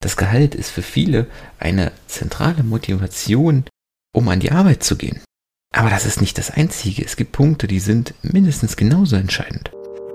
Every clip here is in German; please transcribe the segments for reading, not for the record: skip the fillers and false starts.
Das Gehalt ist für viele eine zentrale Motivation, um an die Arbeit zu gehen. Aber das ist nicht das Einzige. Es gibt Punkte, die sind mindestens genauso entscheidend.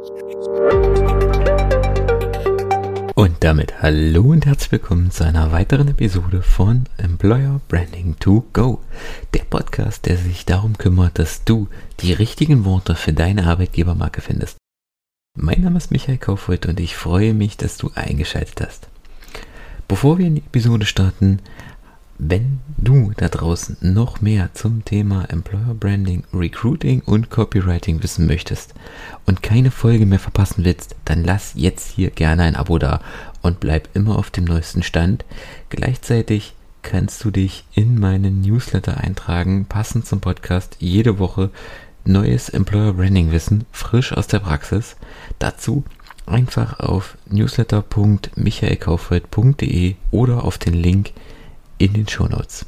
Und damit hallo und herzlich willkommen zu einer weiteren Episode von Employer Branding to Go. Der Podcast, der sich darum kümmert, dass du die richtigen Worte für deine Arbeitgebermarke findest. Mein Name ist Michael Kaufreuth und ich freue mich, dass du eingeschaltet hast. Bevor wir in die Episode starten, wenn du da draußen noch mehr zum Thema Employer Branding, Recruiting und Copywriting wissen möchtest und keine Folge mehr verpassen willst, dann lass jetzt hier gerne ein Abo da und bleib immer auf dem neuesten Stand. Gleichzeitig kannst du dich in meinen Newsletter eintragen, passend zum Podcast, jede Woche neues Employer Branding Wissen, frisch aus der Praxis. Dazu einfach auf newsletter.michaelkaufreuth.de oder auf den Link in den Shownotes.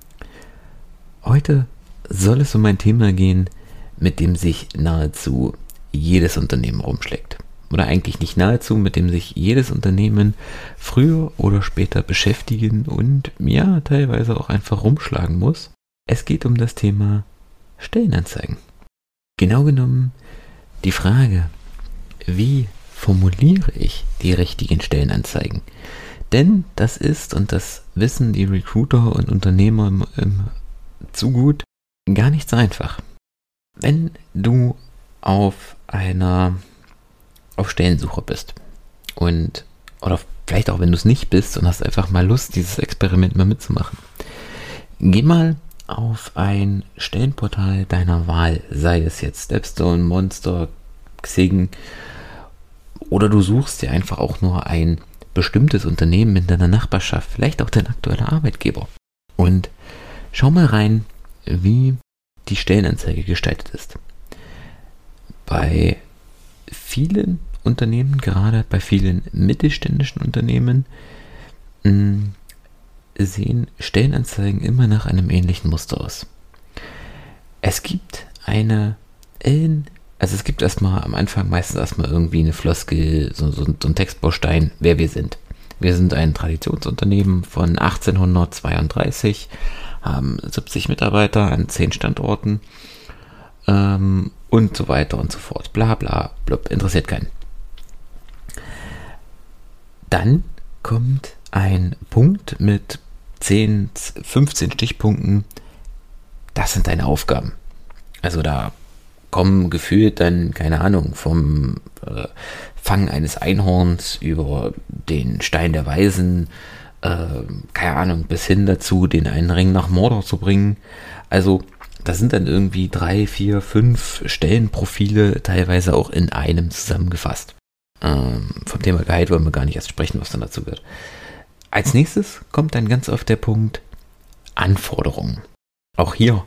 Heute soll es um ein Thema gehen, mit dem sich nahezu jedes Unternehmen rumschlägt. Oder eigentlich nicht nahezu, mit dem sich jedes Unternehmen früher oder später beschäftigen und ja, teilweise auch einfach rumschlagen muss. Es geht um das Thema Stellenanzeigen. Genau genommen die Frage, wie formuliere ich die richtigen Stellenanzeigen? Denn das ist, und das wissen die Recruiter und Unternehmer zu gut, gar nicht so einfach. Wenn du auf Stellensuche bist oder vielleicht auch wenn du es nicht bist und hast einfach mal Lust, dieses Experiment mal mitzumachen, geh mal auf ein Stellenportal deiner Wahl, sei es jetzt Stepstone, Monster, Xing, oder du suchst dir einfach auch nur ein bestimmtes Unternehmen in deiner Nachbarschaft, vielleicht auch dein aktueller Arbeitgeber. Und schau mal rein, wie die Stellenanzeige gestaltet ist. Bei vielen Unternehmen, gerade bei vielen mittelständischen Unternehmen, sehen Stellenanzeigen immer nach einem ähnlichen Muster aus. Es gibt es gibt erstmal am Anfang meistens erstmal irgendwie eine Floskel, so ein Textbaustein, wer wir sind. Wir sind ein Traditionsunternehmen von 1832, haben 70 Mitarbeiter an 10 Standorten und so weiter und so fort. Bla bla, blub, interessiert keinen. Dann kommt ein Punkt mit 10, 15 Stichpunkten. Das sind deine Aufgaben. Also da kommen gefühlt dann, keine Ahnung, vom Fang eines Einhorns über den Stein der Weisen, keine Ahnung, bis hin dazu, den einen Ring nach Mordor zu bringen. Also das sind dann irgendwie 3, 4, 5 Stellenprofile, teilweise auch in einem zusammengefasst. Vom Thema Gehalt wollen wir gar nicht erst sprechen, was dann dazu wird. Als nächstes kommt dann ganz oft der Punkt Anforderungen. Auch hier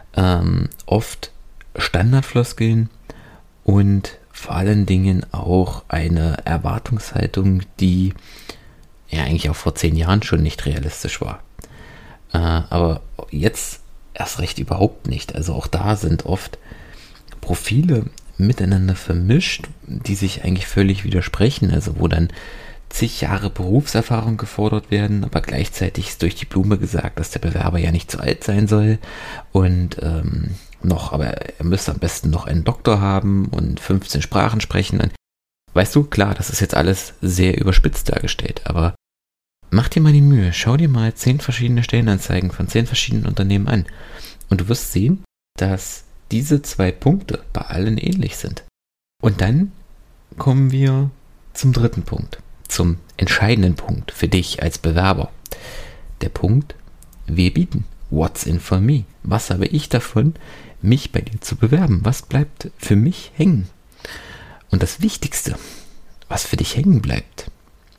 oft Standardfloskeln und vor allen Dingen auch eine Erwartungshaltung, die ja eigentlich auch vor 10 Jahren schon nicht realistisch war. Aber jetzt erst recht überhaupt nicht. Also auch da sind oft Profile miteinander vermischt, die sich eigentlich völlig widersprechen. Also wo dann zig Jahre Berufserfahrung gefordert werden, aber gleichzeitig ist durch die Blume gesagt, dass der Bewerber ja nicht zu alt sein soll und aber er müsste am besten noch einen Doktor haben und 15 Sprachen sprechen. Und, weißt du, klar, das ist jetzt alles sehr überspitzt dargestellt, aber mach dir mal die Mühe, schau dir mal 10 verschiedene Stellenanzeigen von 10 verschiedenen Unternehmen an und du wirst sehen, dass diese 2 Punkte bei allen ähnlich sind. Und dann kommen wir zum dritten Punkt, zum entscheidenden Punkt für dich als Bewerber. Der Punkt, wir bieten. What's in for me? Was habe ich davon, mich bei dir zu bewerben? Was bleibt für mich hängen? Und das Wichtigste, was für dich hängen bleibt,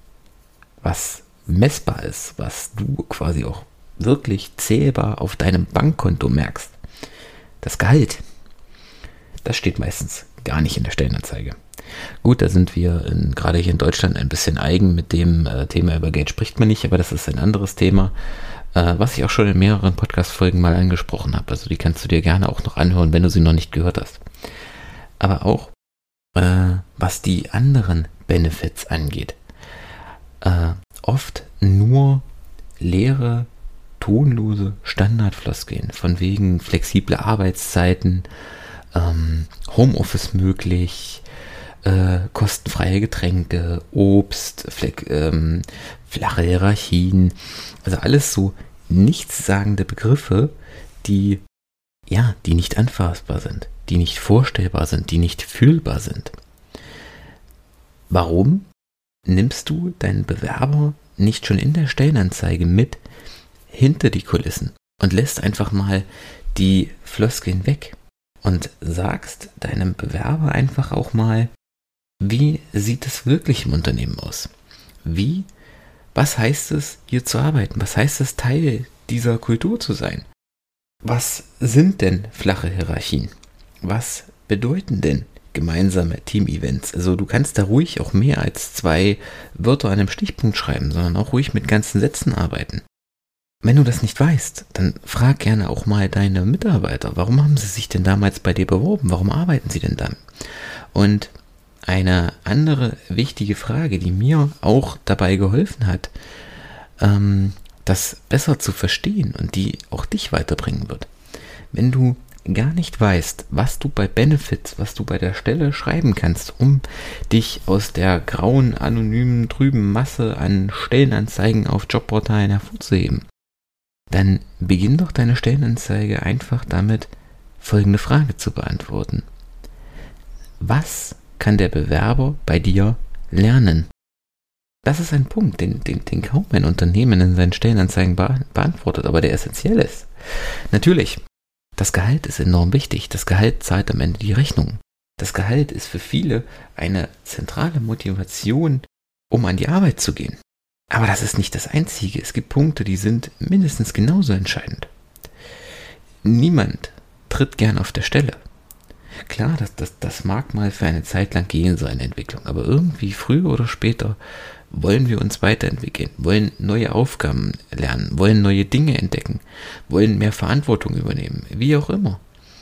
was messbar ist, was du quasi auch wirklich zählbar auf deinem Bankkonto merkst, das Gehalt, das steht meistens gar nicht in der Stellenanzeige. Gut, da sind wir gerade hier in Deutschland ein bisschen eigen mit dem Thema, über Geld spricht man nicht, aber das ist ein anderes Thema, was ich auch schon in mehreren Podcast-Folgen mal angesprochen habe. Also die kannst du dir gerne auch noch anhören, wenn du sie noch nicht gehört hast. Aber auch, was die anderen Benefits angeht. oft nur leere, tonlose Standardfloskeln von wegen flexible Arbeitszeiten, Homeoffice möglich, kostenfreie Getränke, Obst, flache Hierarchien, also alles so nichtssagende Begriffe, die nicht anfassbar sind, die nicht vorstellbar sind, die nicht fühlbar sind. Warum nimmst du deinen Bewerber nicht schon in der Stellenanzeige mit hinter die Kulissen und lässt einfach mal die Floskeln weg und sagst deinem Bewerber einfach auch mal, wie sieht es wirklich im Unternehmen aus? Was heißt es, hier zu arbeiten? Was heißt es, Teil dieser Kultur zu sein? Was sind denn flache Hierarchien? Was bedeuten denn gemeinsame Team-Events? Also du kannst da ruhig auch mehr als 2 Wörter an einem Stichpunkt schreiben, sondern auch ruhig mit ganzen Sätzen arbeiten. Wenn du das nicht weißt, dann frag gerne auch mal deine Mitarbeiter, warum haben sie sich denn damals bei dir beworben? Warum arbeiten sie denn dann? Und eine andere wichtige Frage, die mir auch dabei geholfen hat, das besser zu verstehen und die auch dich weiterbringen wird. Wenn du gar nicht weißt, was du bei Benefits, was du bei der Stelle schreiben kannst, um dich aus der grauen, anonymen, trüben Masse an Stellenanzeigen auf Jobportalen hervorzuheben, dann beginn doch deine Stellenanzeige einfach damit, folgende Frage zu beantworten. Was kann der Bewerber bei dir lernen? Das ist ein Punkt, den kaum ein Unternehmen in seinen Stellenanzeigen beantwortet, aber der essentiell ist. Natürlich, das Gehalt ist enorm wichtig. Das Gehalt zahlt am Ende die Rechnung. Das Gehalt ist für viele eine zentrale Motivation, um an die Arbeit zu gehen. Aber das ist nicht das Einzige. Es gibt Punkte, die sind mindestens genauso entscheidend. Niemand tritt gern auf der Stelle. Klar, das mag mal für eine Zeit lang gehen, so eine Entwicklung, aber irgendwie früher oder später wollen wir uns weiterentwickeln, wollen neue Aufgaben lernen, wollen neue Dinge entdecken, wollen mehr Verantwortung übernehmen, wie auch immer.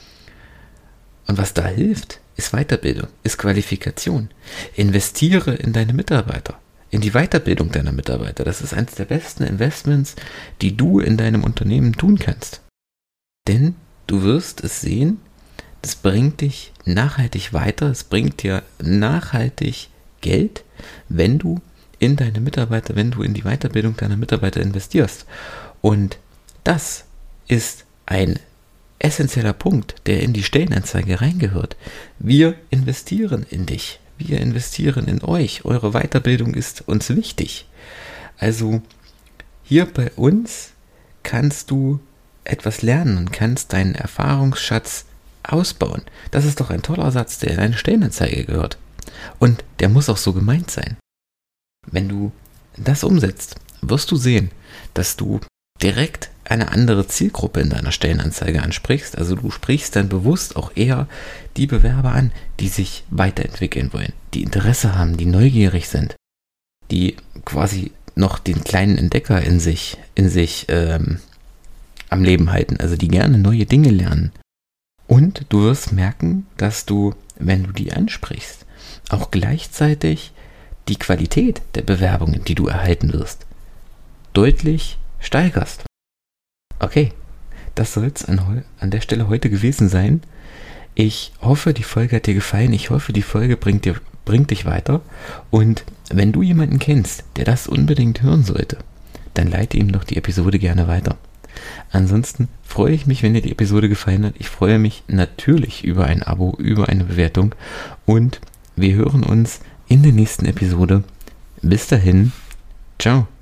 Und was da hilft, ist Weiterbildung, ist Qualifikation. Investiere in deine Mitarbeiter, in die Weiterbildung deiner Mitarbeiter. Das ist eines der besten Investments, die du in deinem Unternehmen tun kannst. Denn du wirst es sehen, das bringt dich nachhaltig weiter, es bringt dir nachhaltig Geld, wenn du in deine Mitarbeiter, wenn du in die Weiterbildung deiner Mitarbeiter investierst. Und das ist ein essentieller Punkt, der in die Stellenanzeige reingehört. Wir investieren in dich, wir investieren in euch, eure Weiterbildung ist uns wichtig. Also hier bei uns kannst du etwas lernen und kannst deinen Erfahrungsschatz ausbauen. Das ist doch ein toller Satz, der in eine Stellenanzeige gehört. Und der muss auch so gemeint sein. Wenn du das umsetzt, wirst du sehen, dass du direkt eine andere Zielgruppe in deiner Stellenanzeige ansprichst. Also du sprichst dann bewusst auch eher die Bewerber an, die sich weiterentwickeln wollen, die Interesse haben, die neugierig sind, die quasi noch den kleinen Entdecker in sich am Leben halten, also die gerne neue Dinge lernen. Und du wirst merken, dass du, wenn du die ansprichst, auch gleichzeitig die Qualität der Bewerbungen, die du erhalten wirst, deutlich steigerst. Okay, das soll es an der Stelle heute gewesen sein. Ich hoffe, die Folge hat dir gefallen. Ich hoffe, die Folge bringt dich weiter. Und wenn du jemanden kennst, der das unbedingt hören sollte, dann leite ihm doch die Episode gerne weiter. Ansonsten freue ich mich, wenn dir die Episode gefallen hat. Ich freue mich natürlich über ein Abo, über eine Bewertung und wir hören uns in der nächsten Episode. Bis dahin, ciao.